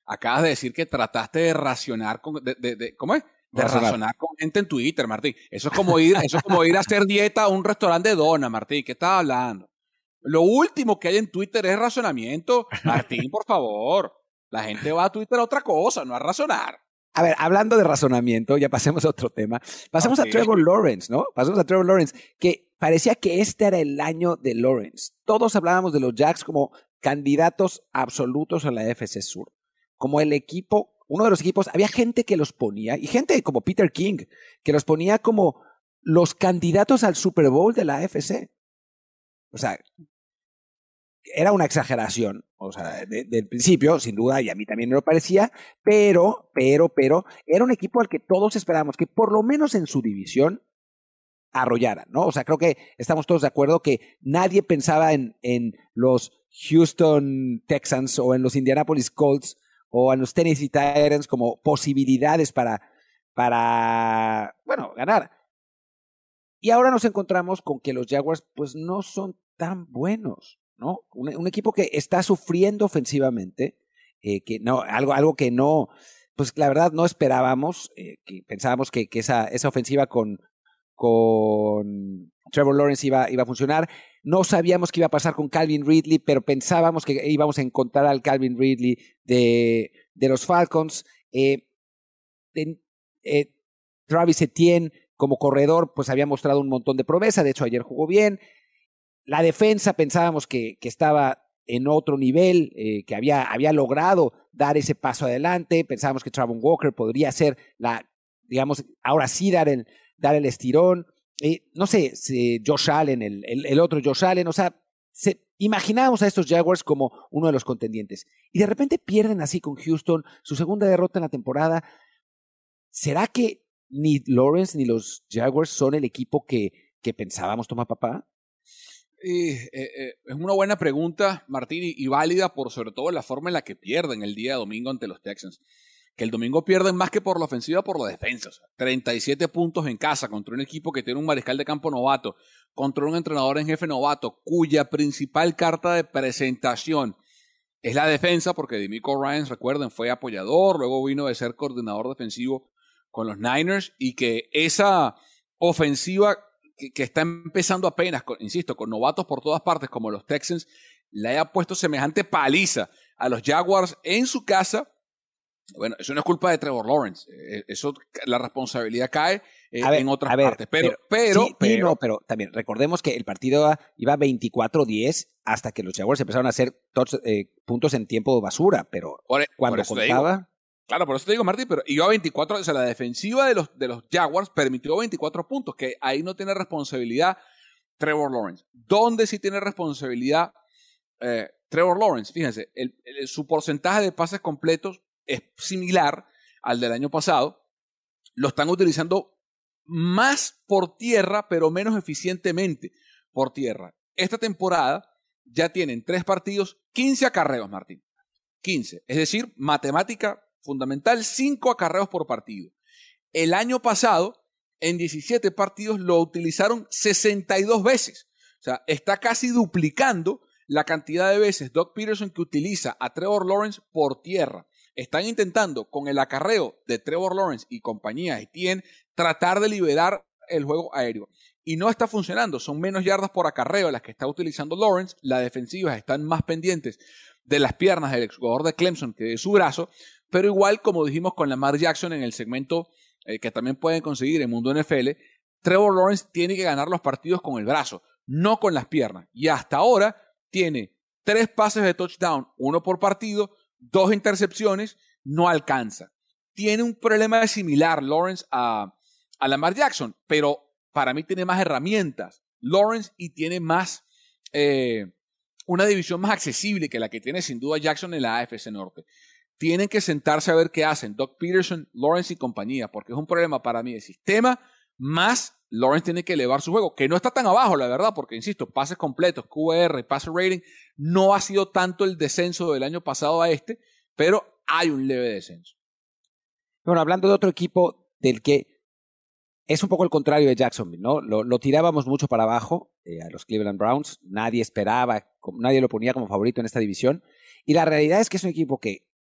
[SPEAKER 4] Acabas de decir que trataste de racionar con, de, de, de, ¿cómo es? De razonar. razonar con gente en Twitter, Martín. Eso es como ir, eso es como ir a hacer dieta a un restaurante de dona, Martín. ¿Qué estás hablando? Lo último que hay en Twitter es razonamiento. Martín, por favor. La gente va a Twitter a otra cosa, no a razonar.
[SPEAKER 1] A ver, hablando de razonamiento, ya pasemos a otro tema. Pasemos okay. a Trevor Lawrence, ¿no? Pasemos a Trevor Lawrence, que parecía que este era el año de Lawrence. Todos hablábamos de los Jags como candidatos absolutos a la A F C Sur. Como el equipo, uno de los equipos, había gente que los ponía, y gente como Peter King, que los ponía como los candidatos al Super Bowl de la A F C. O sea, era una exageración, o sea, de, del principio, sin duda, y a mí también me lo parecía, pero, pero, pero, era un equipo al que todos esperábamos que por lo menos en su división arrollaran, ¿no? O sea, creo que estamos todos de acuerdo que nadie pensaba en, en los Houston Texans o en los Indianapolis Colts o en los Tennessee Titans como posibilidades para, para, bueno, ganar. Y ahora nos encontramos con que los Jaguars, pues, no son tan buenos, ¿no? Un, un equipo que está sufriendo ofensivamente, eh, que no, algo, algo que no, pues, la verdad no esperábamos, eh, que pensábamos que, que esa, esa ofensiva con, con Trevor Lawrence iba, iba a funcionar. No sabíamos qué iba a pasar con Calvin Ridley, pero pensábamos que íbamos a encontrar al Calvin Ridley de, de los Falcons. Eh, de, eh, Travis Etienne, como corredor, pues había mostrado un montón de promesa. De hecho, ayer jugó bien. La defensa pensábamos que, que estaba en otro nivel, eh, que había, había logrado dar ese paso adelante. Pensábamos que Travon Walker podría ser la, digamos, ahora sí dar el, dar el estirón. Eh, no sé, si Josh Allen, el, el, el otro Josh Allen, o sea, se, imaginábamos a estos Jaguars como uno de los contendientes. Y de repente pierden así con Houston, su segunda derrota en la temporada. ¿Será que ni Lawrence ni los Jaguars son el equipo que, que pensábamos, toma papá?
[SPEAKER 4] Eh, eh, eh, es una buena pregunta, Martín, y, y válida por sobre todo la forma en la que pierden el día domingo ante los Texans. Que el domingo pierden más que por la ofensiva, por la defensa. O sea, treinta y siete puntos en casa contra un equipo que tiene un mariscal de campo novato, contra un entrenador en jefe novato, cuya principal carta de presentación es la defensa, porque DeMeco Ryans, recuerden, fue apoyador, luego vino de ser coordinador defensivo con los Niners, y que esa ofensiva que, que está empezando apenas, con, insisto, con novatos por todas partes como los Texans, le haya puesto semejante paliza a los Jaguars en su casa. Bueno, eso no es culpa de Trevor Lawrence. Eso, la responsabilidad cae eh, ver, en otras ver, partes. Pero, pero, pero,
[SPEAKER 1] sí,
[SPEAKER 4] pero,
[SPEAKER 1] no, pero también recordemos que el partido iba veinticuatro diez hasta que los Jaguars empezaron a hacer touch, eh, puntos en tiempo de basura. Pero
[SPEAKER 4] por,
[SPEAKER 1] cuando
[SPEAKER 4] por
[SPEAKER 1] contaba.
[SPEAKER 4] Digo, claro, por eso te digo, Martín, pero iba a veinticuatro. O sea, la defensiva de los, de los Jaguars permitió veinticuatro puntos, que ahí no tiene responsabilidad Trevor Lawrence. ¿Dónde sí tiene responsabilidad eh, Trevor Lawrence? Fíjense, el, el, su porcentaje de pases completos es similar al del año pasado. Lo están utilizando más por tierra, pero menos eficientemente por tierra. Esta temporada ya tienen tres partidos, quince acarreos, Martín. quince. Es decir, matemática fundamental, cinco acarreos por partido. El año pasado, en diecisiete partidos, lo utilizaron sesenta y dos veces. O sea, está casi duplicando la cantidad de veces Doug Peterson que utiliza a Trevor Lawrence por tierra. Están intentando, con el acarreo de Trevor Lawrence y compañía Etienne, tratar de liberar el juego aéreo. Y no está funcionando. Son menos yardas por acarreo las que está utilizando Lawrence. Las defensivas están más pendientes de las piernas del exjugador de Clemson que de su brazo. Pero igual, como dijimos con Lamar Jackson en el segmento eh, que también pueden conseguir en Mundo N F L, Trevor Lawrence tiene que ganar los partidos con el brazo, no con las piernas. Y hasta ahora tiene tres pases de touchdown, uno por partido, dos intercepciones, no alcanza. Tiene un problema similar Lawrence a, a Lamar Jackson, pero para mí tiene más herramientas Lawrence y tiene más eh, una división más accesible que la que tiene sin duda Jackson en la A F C Norte. Tienen que sentarse a ver qué hacen Doug Peterson, Lawrence y compañía, porque es un problema para mí de sistema, más Lawrence tiene que elevar su juego, que no está tan abajo, la verdad, porque insisto, pases completos, Q R, passer rating, no ha sido tanto el descenso del año pasado a este, pero hay un leve descenso.
[SPEAKER 1] Bueno, hablando de otro equipo del que es un poco el contrario de Jacksonville, ¿no? Lo, lo tirábamos mucho para abajo eh, a los Cleveland Browns, nadie esperaba, nadie lo ponía como favorito en esta división, y la realidad es que es un equipo que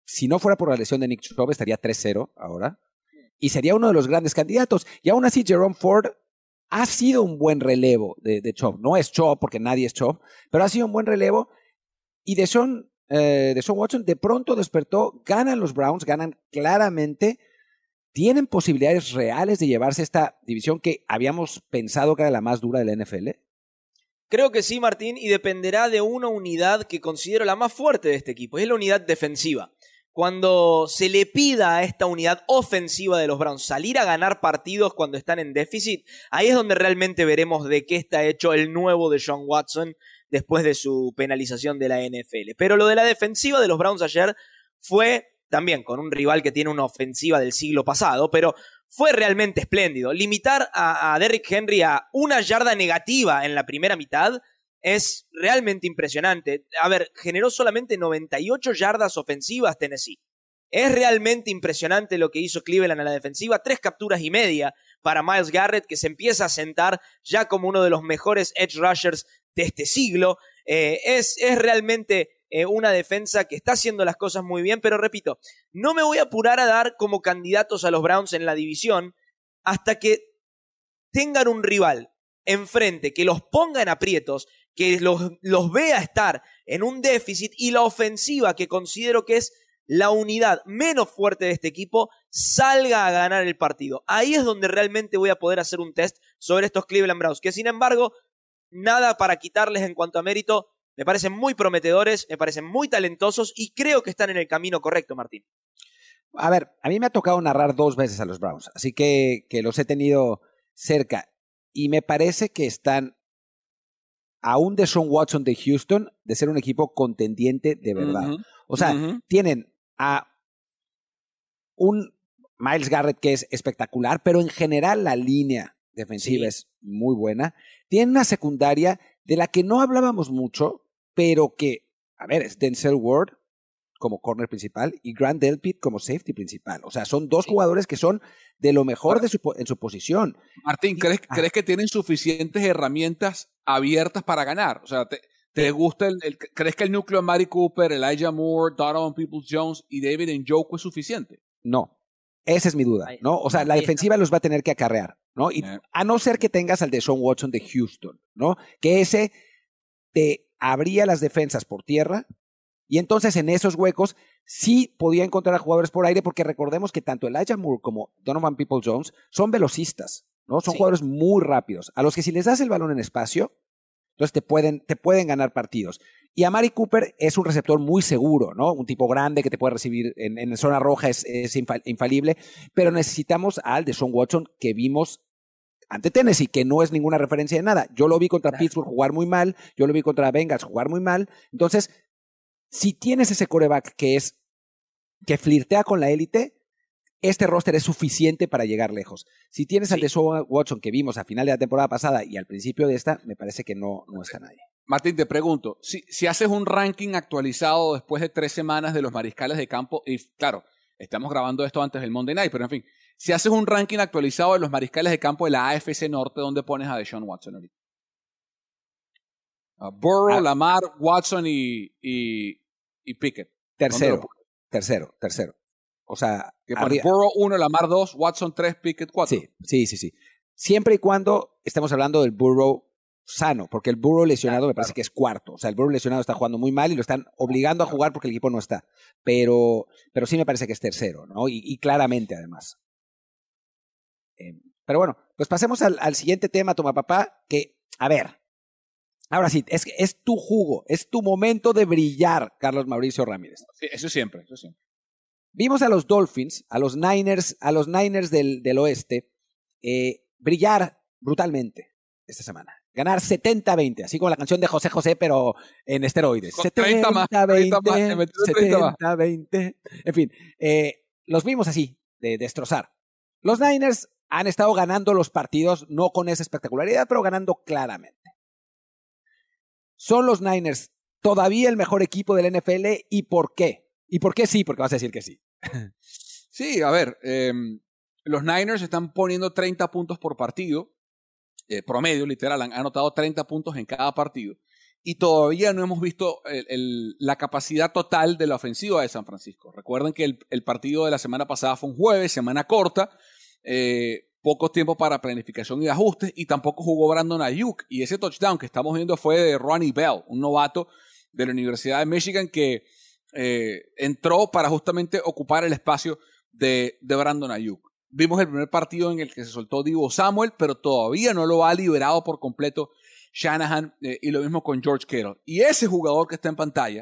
[SPEAKER 1] si no fuera por la lesión de Nick Chubb, estaría tres cero ahora. Y sería uno de los grandes candidatos. Y aún así, Jerome Ford ha sido un buen relevo de, de Chubb. No es Chubb, porque nadie es Chubb, pero ha sido un buen relevo. Y Deshaun, eh, Deshaun Watson de pronto despertó, ganan los Browns, ganan claramente, tienen posibilidades reales de llevarse esta división que habíamos pensado que era la más dura de la N F L.
[SPEAKER 3] Creo que sí, Martín, y dependerá de una unidad que considero la más fuerte de este equipo, y es la unidad defensiva. Cuando se le pida a esta unidad ofensiva de los Browns salir a ganar partidos cuando están en déficit, ahí es donde realmente veremos de qué está hecho el nuevo Deshaun Watson después de su penalización de la N F L. Pero lo de la defensiva de los Browns ayer fue también con un rival que tiene una ofensiva del siglo pasado, pero fue realmente espléndido. Limitar a, a Derrick Henry a una yarda negativa en la primera mitad es realmente impresionante. A ver, generó solamente noventa y ocho yardas ofensivas Tennessee. Es realmente impresionante lo que hizo Cleveland en la defensiva. Tres capturas y media para Myles Garrett, que se empieza a sentar ya como uno de los mejores edge rushers de este siglo. Eh, es, es realmente eh, una defensa que está haciendo las cosas muy bien, pero repito, no me voy a apurar a dar como candidatos a los Browns en la división hasta que tengan un rival enfrente que los ponga en aprietos, que los, los vea estar en un déficit, y la ofensiva, que considero que es la unidad menos fuerte de este equipo, salga a ganar el partido. Ahí es donde realmente voy a poder hacer un test sobre estos Cleveland Browns, que sin embargo, nada para quitarles en cuanto a mérito, me parecen muy prometedores, me parecen muy talentosos y creo que están en el camino correcto, Martín.
[SPEAKER 1] A ver, a mí me ha tocado narrar dos veces a los Browns, así que, que los he tenido cerca, y me parece que están a un Deshaun Watson de Houston de ser un equipo contendiente de verdad. Uh-huh. O sea, uh-huh. tienen a un Myles Garrett que es espectacular, pero en general la línea defensiva sí. es muy buena. Tienen una secundaria de la que no hablábamos mucho, pero que, a ver, es Denzel Ward como corner principal y Grant Delpit como safety principal. O sea, son dos sí. jugadores que son de lo mejor Ahora, de su, en su posición.
[SPEAKER 4] Martín, ¿crees, ah. ¿crees que tienen suficientes herramientas abiertas para ganar? O sea, ¿te, te gusta el, el, ¿crees que el núcleo de Mari Cooper, Elijah Moore, Donovan Peoples-Jones y David Njoku es suficiente?
[SPEAKER 1] No. Esa es mi duda, ¿no? O sea, la defensiva los va a tener que acarrear, ¿no? Y yeah. a no ser que tengas al Deshaun Watson de Houston, ¿no? Que ese te abría las defensas por tierra, y entonces en esos huecos sí podía encontrar a jugadores por aire, porque recordemos que tanto Elijah Moore como Donovan Peoples-Jones son velocistas, ¿no? Son sí. jugadores muy rápidos, a los que si les das el balón en espacio, entonces te pueden, te pueden ganar partidos. Y Amari Cooper es un receptor muy seguro, ¿no? Un tipo grande que te puede recibir en, en zona roja, es, es infalible, pero necesitamos al Deshaun Watson que vimos ante Tennessee, que no es ninguna referencia de nada. Yo lo vi contra claro. Pittsburgh jugar muy mal, yo lo vi contra Bengals jugar muy mal. Entonces, si tienes ese quarterback que es que flirtea con la élite, este roster es suficiente para llegar lejos. Si tienes sí. al Deshaun Watson que vimos a final de la temporada pasada y al principio de esta, me parece que no, no está nadie.
[SPEAKER 4] Martín, te pregunto, si, si haces un ranking actualizado después de tres semanas de los mariscales de campo, y claro, estamos grabando esto antes del Monday Night, pero en fin, si haces un ranking actualizado de los mariscales de campo de la A F C Norte, ¿dónde pones a Deshaun Watson ahorita? Uh, Burrow, ah. Lamar, Watson y, y, y Pickett.
[SPEAKER 1] Tercero, tercero, tercero. O sea,
[SPEAKER 4] habría... Burrow uno, Lamar dos, Watson tres, Pickett cuatro.
[SPEAKER 1] Sí, sí, sí, sí. Siempre y cuando estemos hablando del Burrow sano, porque el Burrow lesionado claro, me parece claro. que es cuarto. O sea, el Burrow lesionado está jugando muy mal y lo están obligando claro. a jugar porque el equipo no está. Pero, pero sí me parece que es tercero, ¿no? Y, y claramente, además. Eh, pero bueno, pues pasemos al, al siguiente tema, toma papá, que, a ver, ahora sí, es, es tu jugo, es tu momento de brillar, Carlos Mauricio Ramírez.
[SPEAKER 4] Sí, eso siempre, eso siempre.
[SPEAKER 1] Vimos a los Dolphins, a los Niners, a los Niners del, del oeste, eh, brillar brutalmente esta semana. Ganar setenta a veinte, así como la canción de José José, pero en esteroides. setenta a veinte, setenta a veinte. En fin, eh, los vimos así, de destrozar. Los Niners han estado ganando los partidos, no con esa espectacularidad, pero ganando claramente. ¿Son los Niners todavía el mejor equipo del N F L? ¿Y por qué? ¿Y por qué sí? Porque vas a decir que sí.
[SPEAKER 4] Sí, a ver, eh, los Niners están poniendo treinta puntos por partido, eh, promedio, literal, han anotado treinta puntos en cada partido. y todavía no hemos visto el, el, la capacidad total de la ofensiva de San Francisco. Recuerden que el, el partido de la semana pasada fue un jueves, semana corta, eh, poco tiempo para planificación y ajustes, y tampoco jugó Brandon Ayuk. Y ese touchdown que estamos viendo fue de Ronnie Bell, un novato de la Universidad de Michigan que eh, entró para justamente ocupar el espacio de, de Brandon Ayuk. Vimos el primer partido en el que se soltó Deebo Samuel, pero todavía no lo ha liberado por completo Shanahan, eh, y lo mismo con George Kittle. Y ese jugador que está en pantalla,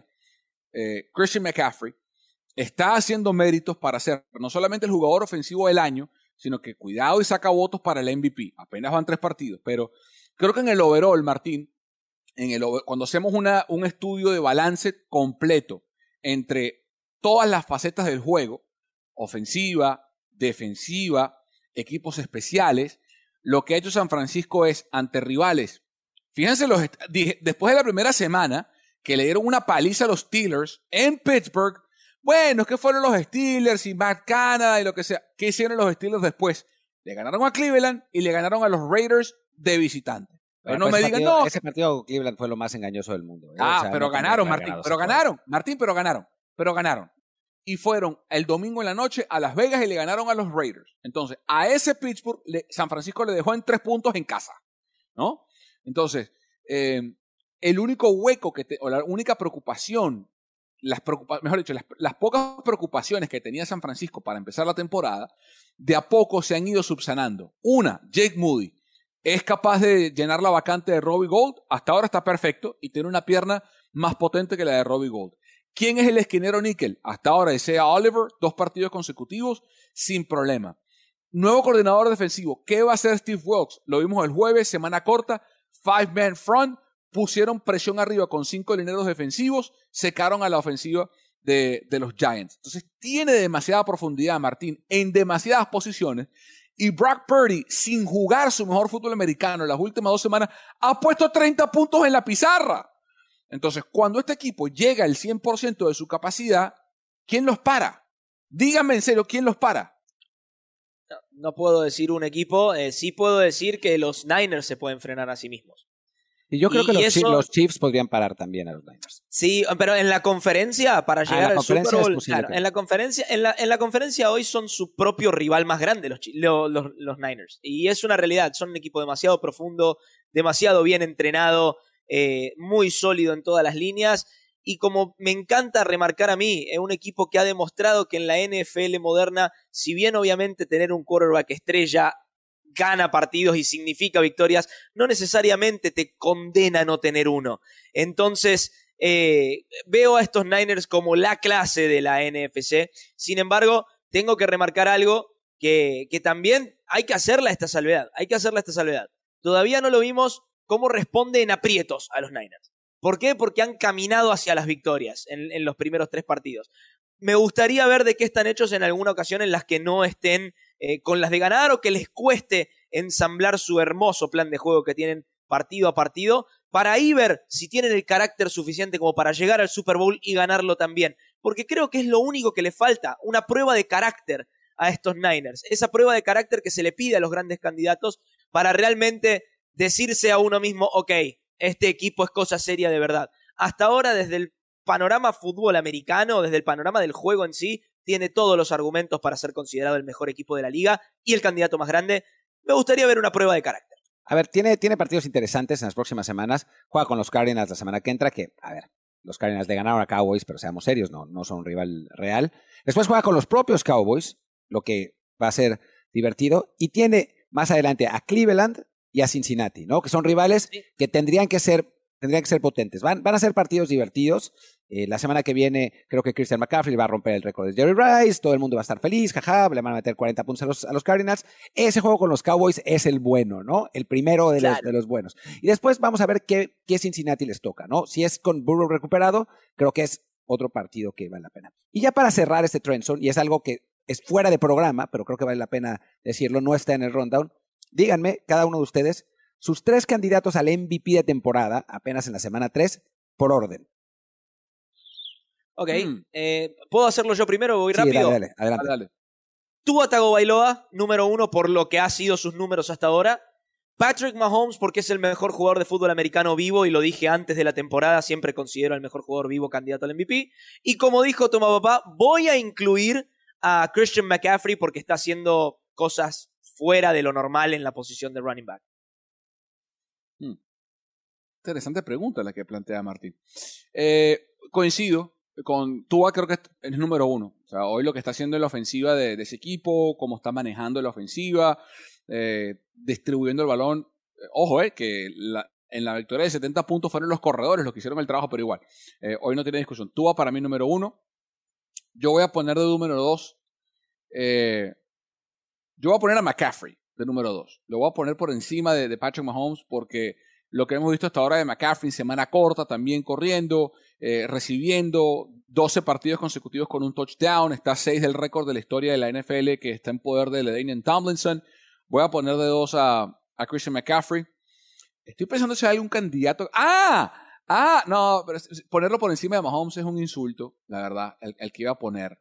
[SPEAKER 4] eh, Christian McCaffrey, está haciendo méritos para ser no solamente el jugador ofensivo del año, sino que cuidado y saca votos para el M V P. Apenas van tres partidos, pero creo que en el overall, Martín, en el over, cuando hacemos una, un estudio de balance completo entre todas las facetas del juego, ofensiva, defensiva, equipos especiales, lo que ha hecho San Francisco es, ante rivales, fíjense, los, dije, después de la primera semana, que le dieron una paliza a los Steelers en Pittsburgh, bueno, es que fueron los Steelers y Matt Canada y lo que sea. ¿Qué hicieron los Steelers después? Le ganaron a Cleveland y le ganaron a los Raiders de visitante. Pero no me digan,
[SPEAKER 1] partido,
[SPEAKER 4] no.
[SPEAKER 1] Ese partido Cleveland fue lo más engañoso del mundo. ¿eh?
[SPEAKER 4] Ah,
[SPEAKER 1] o sea,
[SPEAKER 4] pero
[SPEAKER 1] no
[SPEAKER 4] ganaron, Martín, pero ganaron. Martín, pero ganaron. Pero ganaron. Y fueron el domingo en la noche a Las Vegas y le ganaron a los Raiders. Entonces, a ese Pittsburgh, le, San Francisco le dejó en tres puntos en casa, ¿no? Entonces, eh, el único hueco que te, o la única preocupación, las preocupa, mejor dicho, las, las pocas preocupaciones que tenía San Francisco para empezar la temporada, de a poco se han ido subsanando. Una, Jake Moody es capaz de llenar la vacante de Robbie Gould. Hasta ahora está perfecto y tiene una pierna más potente que la de Robbie Gould. ¿Quién es el esquinero níquel? Hasta ahora Isaiah Oliver, dos partidos consecutivos, sin problema. Nuevo coordinador defensivo. ¿Qué va a hacer Steve Wilkes? Lo vimos el jueves, semana corta, five man front, pusieron presión arriba con cinco lineros defensivos, secaron a la ofensiva de, de los Giants. Entonces tiene demasiada profundidad, Martín, en demasiadas posiciones. Y Brock Purdy, sin jugar su mejor fútbol americano en las últimas dos semanas, ha puesto treinta puntos en la pizarra. Entonces, cuando este equipo llega al cien por ciento de su capacidad, ¿quién los para? Díganme en serio, ¿quién los para?
[SPEAKER 3] No, no puedo decir un equipo, eh, sí puedo decir que los Niners se pueden frenar a sí mismos.
[SPEAKER 1] Y yo creo
[SPEAKER 3] y,
[SPEAKER 1] que los,
[SPEAKER 3] eso,
[SPEAKER 1] Chiefs, los Chiefs podrían parar también a los Niners.
[SPEAKER 3] Sí, pero en la conferencia, para llegar
[SPEAKER 1] ah,
[SPEAKER 3] al Super Bowl,
[SPEAKER 1] claro,
[SPEAKER 3] que... en la conferencia, en la, en la conferencia hoy son su propio rival más grande, los, los, los, los Niners. Y es una realidad, son un equipo demasiado profundo, demasiado bien entrenado, eh, muy sólido en todas las líneas. Y como me encanta remarcar a mí, es un equipo que ha demostrado que en la N F L moderna, si bien obviamente tener un quarterback estrella gana partidos y significa victorias, no necesariamente te condena no tener uno. Entonces, eh, veo a estos Niners como la clase de la N F C. Sin embargo, tengo que remarcar algo que, que también hay que hacerla esta salvedad. Hay que hacerla esta salvedad. Todavía no lo vimos cómo responde en aprietos a los Niners. ¿Por qué? Porque han caminado hacia las victorias en, en los primeros tres partidos. Me gustaría ver de qué están hechos en alguna ocasión en las que no estén eh, con las de ganar o que les cueste ensamblar su hermoso plan de juego que tienen partido a partido, para ahí ver si tienen el carácter suficiente como para llegar al Super Bowl y ganarlo también. Porque creo que es lo único que le falta, una prueba de carácter a estos Niners. Esa prueba de carácter que se le pide a los grandes candidatos para realmente decirse a uno mismo, ok, este equipo es cosa seria de verdad. Hasta ahora, desde el panorama fútbol americano, desde el panorama del juego en sí, tiene todos los argumentos para ser considerado el mejor equipo de la liga y el candidato más grande. Me gustaría ver una prueba de carácter.
[SPEAKER 1] A ver, tiene, tiene partidos interesantes en las próximas semanas. Juega con los Cardinals la semana que entra, que, a ver, los Cardinals le ganaron a Cowboys, pero seamos serios, no, no son un rival real. Después juega con los propios Cowboys, lo que va a ser divertido. Y tiene más adelante a Cleveland y a Cincinnati, ¿no? Que son rivales sí. que tendrían que ser, tendrían que ser potentes. Van, van a ser partidos divertidos. Eh, la semana que viene creo que Christian McCaffrey va a romper el récord de Jerry Rice, todo el mundo va a estar feliz, jaja, le van a meter cuarenta puntos a los, a los Cardinals. Ese juego con los Cowboys es el bueno, ¿no? El primero de, claro. los, de los buenos. Y después vamos a ver qué, qué Cincinnati les toca, ¿no? Si es con Burrow recuperado, creo que es otro partido que vale la pena. Y ya para cerrar este Trend Zone, y es algo que es fuera de programa, pero creo que vale la pena decirlo, no está en el rundown, díganme, cada uno de ustedes, sus tres candidatos al M V P de temporada, apenas en la semana tres, por orden.
[SPEAKER 3] Ok, hmm. eh, ¿puedo hacerlo yo primero? Voy
[SPEAKER 1] sí,
[SPEAKER 3] rápido.
[SPEAKER 1] Dale, dale, adelante.
[SPEAKER 3] Tua Tagovailoa, número uno por lo que ha sido sus números hasta ahora. Patrick Mahomes porque es el mejor jugador de fútbol americano vivo y lo dije antes de la temporada, siempre considero al mejor jugador vivo candidato al M V P. Y como dijo Toma Papá, voy a incluir a Christian McCaffrey porque está haciendo cosas fuera de lo normal en la posición de running back.
[SPEAKER 4] Hmm. Interesante pregunta la que plantea Martín. Eh, coincido con Tua, creo que es el número uno. O sea, hoy lo que está haciendo en la ofensiva de, de ese equipo, cómo está manejando la ofensiva, eh, distribuyendo el balón. Eh, ojo, eh, que la, en la victoria de setenta puntos fueron los corredores los que hicieron el trabajo, pero igual. Eh, hoy no tiene discusión. Tua para mí número uno. Yo voy a poner de número dos. Eh, yo voy a poner a McCaffrey de número dos. Lo voy a poner por encima de, de Patrick Mahomes porque lo que hemos visto hasta ahora de McCaffrey, semana corta, también corriendo, eh, recibiendo doce partidos consecutivos con un touchdown, está a seis del récord de la historia de la N F L que está en poder de LaDainian Tomlinson. Voy a poner de dos a, a Christian McCaffrey. Estoy pensando si hay algún candidato. ¡Ah! ¡Ah! No, pero ponerlo por encima de Mahomes es un insulto, la verdad, el, el que iba a poner.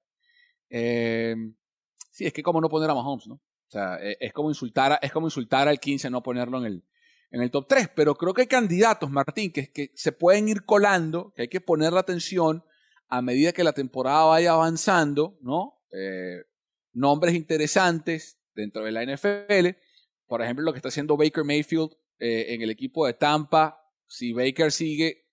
[SPEAKER 4] Eh, sí, es que como no poner a Mahomes, ¿no? O sea, es como insultar, a, es como insultar al quince no ponerlo en el en el top tres, pero creo que hay candidatos, Martín, que, que se pueden ir colando, que hay que poner la atención a medida que la temporada vaya avanzando, ¿no? Eh, nombres interesantes dentro de la N F L, por ejemplo, lo que está haciendo Baker Mayfield eh, en el equipo de Tampa. Si Baker sigue,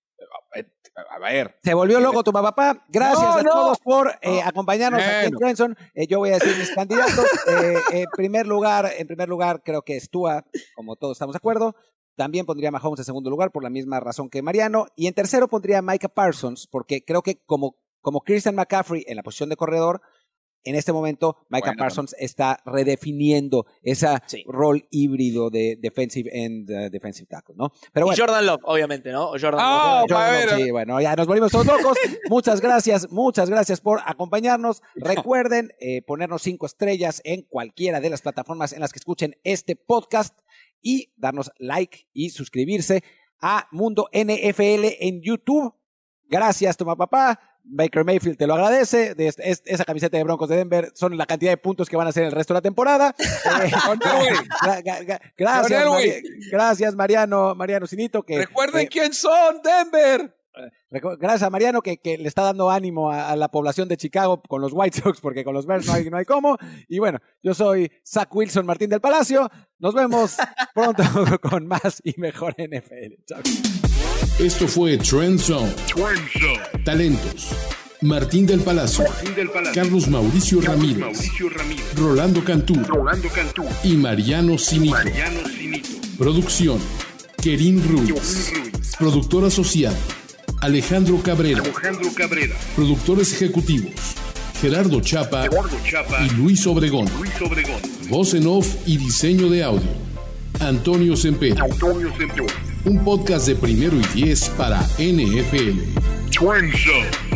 [SPEAKER 4] a ver.
[SPEAKER 1] Se volvió loco tu papá. Gracias
[SPEAKER 4] no,
[SPEAKER 1] a
[SPEAKER 4] no.
[SPEAKER 1] todos por eh,
[SPEAKER 4] no.
[SPEAKER 1] acompañarnos
[SPEAKER 4] bueno.
[SPEAKER 1] aquí en Trenson. Eh, yo voy a decir mis candidatos. Eh, en primer lugar, en primer lugar, creo que es Tua, como todos estamos de acuerdo. También pondría a Mahomes en segundo lugar por la misma razón que Mariano. Y en tercero pondría a Micah Parsons, porque creo que como, como Christian McCaffrey en la posición de corredor, en este momento Micah
[SPEAKER 4] bueno,
[SPEAKER 1] Parsons está redefiniendo ese
[SPEAKER 3] sí.
[SPEAKER 1] rol híbrido de defensive end, uh, defensive tackle, ¿no? Pero bueno.
[SPEAKER 3] Y Jordan Love, obviamente, ¿no? O Jordan
[SPEAKER 4] Oh,
[SPEAKER 3] Love.
[SPEAKER 1] Jordan Love, sí, bueno, ya nos volvimos todos locos. Muchas gracias, muchas gracias por acompañarnos. Recuerden eh, ponernos cinco estrellas en cualquiera de las plataformas en las que escuchen este podcast y darnos like y suscribirse a Mundo N F L en YouTube. Gracias, Toma Papá. Baker Mayfield te lo agradece. De es, esa camiseta de Broncos de Denver son la cantidad de puntos que van a hacer el resto de la temporada. Eh, gra, gra, gra, gracias, Mari gracias, Mariano, Mariano Sinito. Que,
[SPEAKER 4] Recuerden
[SPEAKER 1] eh,
[SPEAKER 4] quién son, Denver.
[SPEAKER 1] Gracias a Mariano que, que le está dando ánimo a, a la población de Chicago con los White Sox, porque con los Bears no hay, no hay cómo. Y bueno, yo soy Zach Wilson Martín del Palacio. Nos vemos pronto con más y mejor N F L. Chao.
[SPEAKER 2] Esto fue Trend Zone.
[SPEAKER 5] Trend Zone.
[SPEAKER 2] Talentos: Martín del Palacio,
[SPEAKER 5] Martín del Palacio,
[SPEAKER 2] Carlos Mauricio
[SPEAKER 5] Carlos
[SPEAKER 2] Ramírez,
[SPEAKER 5] Mauricio Ramírez,
[SPEAKER 2] Rolando Cantú,
[SPEAKER 5] Rolando Cantú
[SPEAKER 2] y Mariano Sinito.
[SPEAKER 5] Mariano Sinito.
[SPEAKER 2] Producción: Kerin Ruiz.
[SPEAKER 5] Kerin Ruiz.
[SPEAKER 2] Productor asociado: Alejandro Cabrera.
[SPEAKER 5] Alejandro Cabrera.
[SPEAKER 2] Productores ejecutivos: Gerardo Chapa,
[SPEAKER 5] Eduardo Chapa
[SPEAKER 2] y Luis Obregón.
[SPEAKER 5] Luis Obregón.
[SPEAKER 2] Voz en off y diseño de audio: Antonio Sempere.
[SPEAKER 5] Antonio Sempere.
[SPEAKER 2] Un podcast de Primero y Diez para N F L.
[SPEAKER 5] Trend Zone.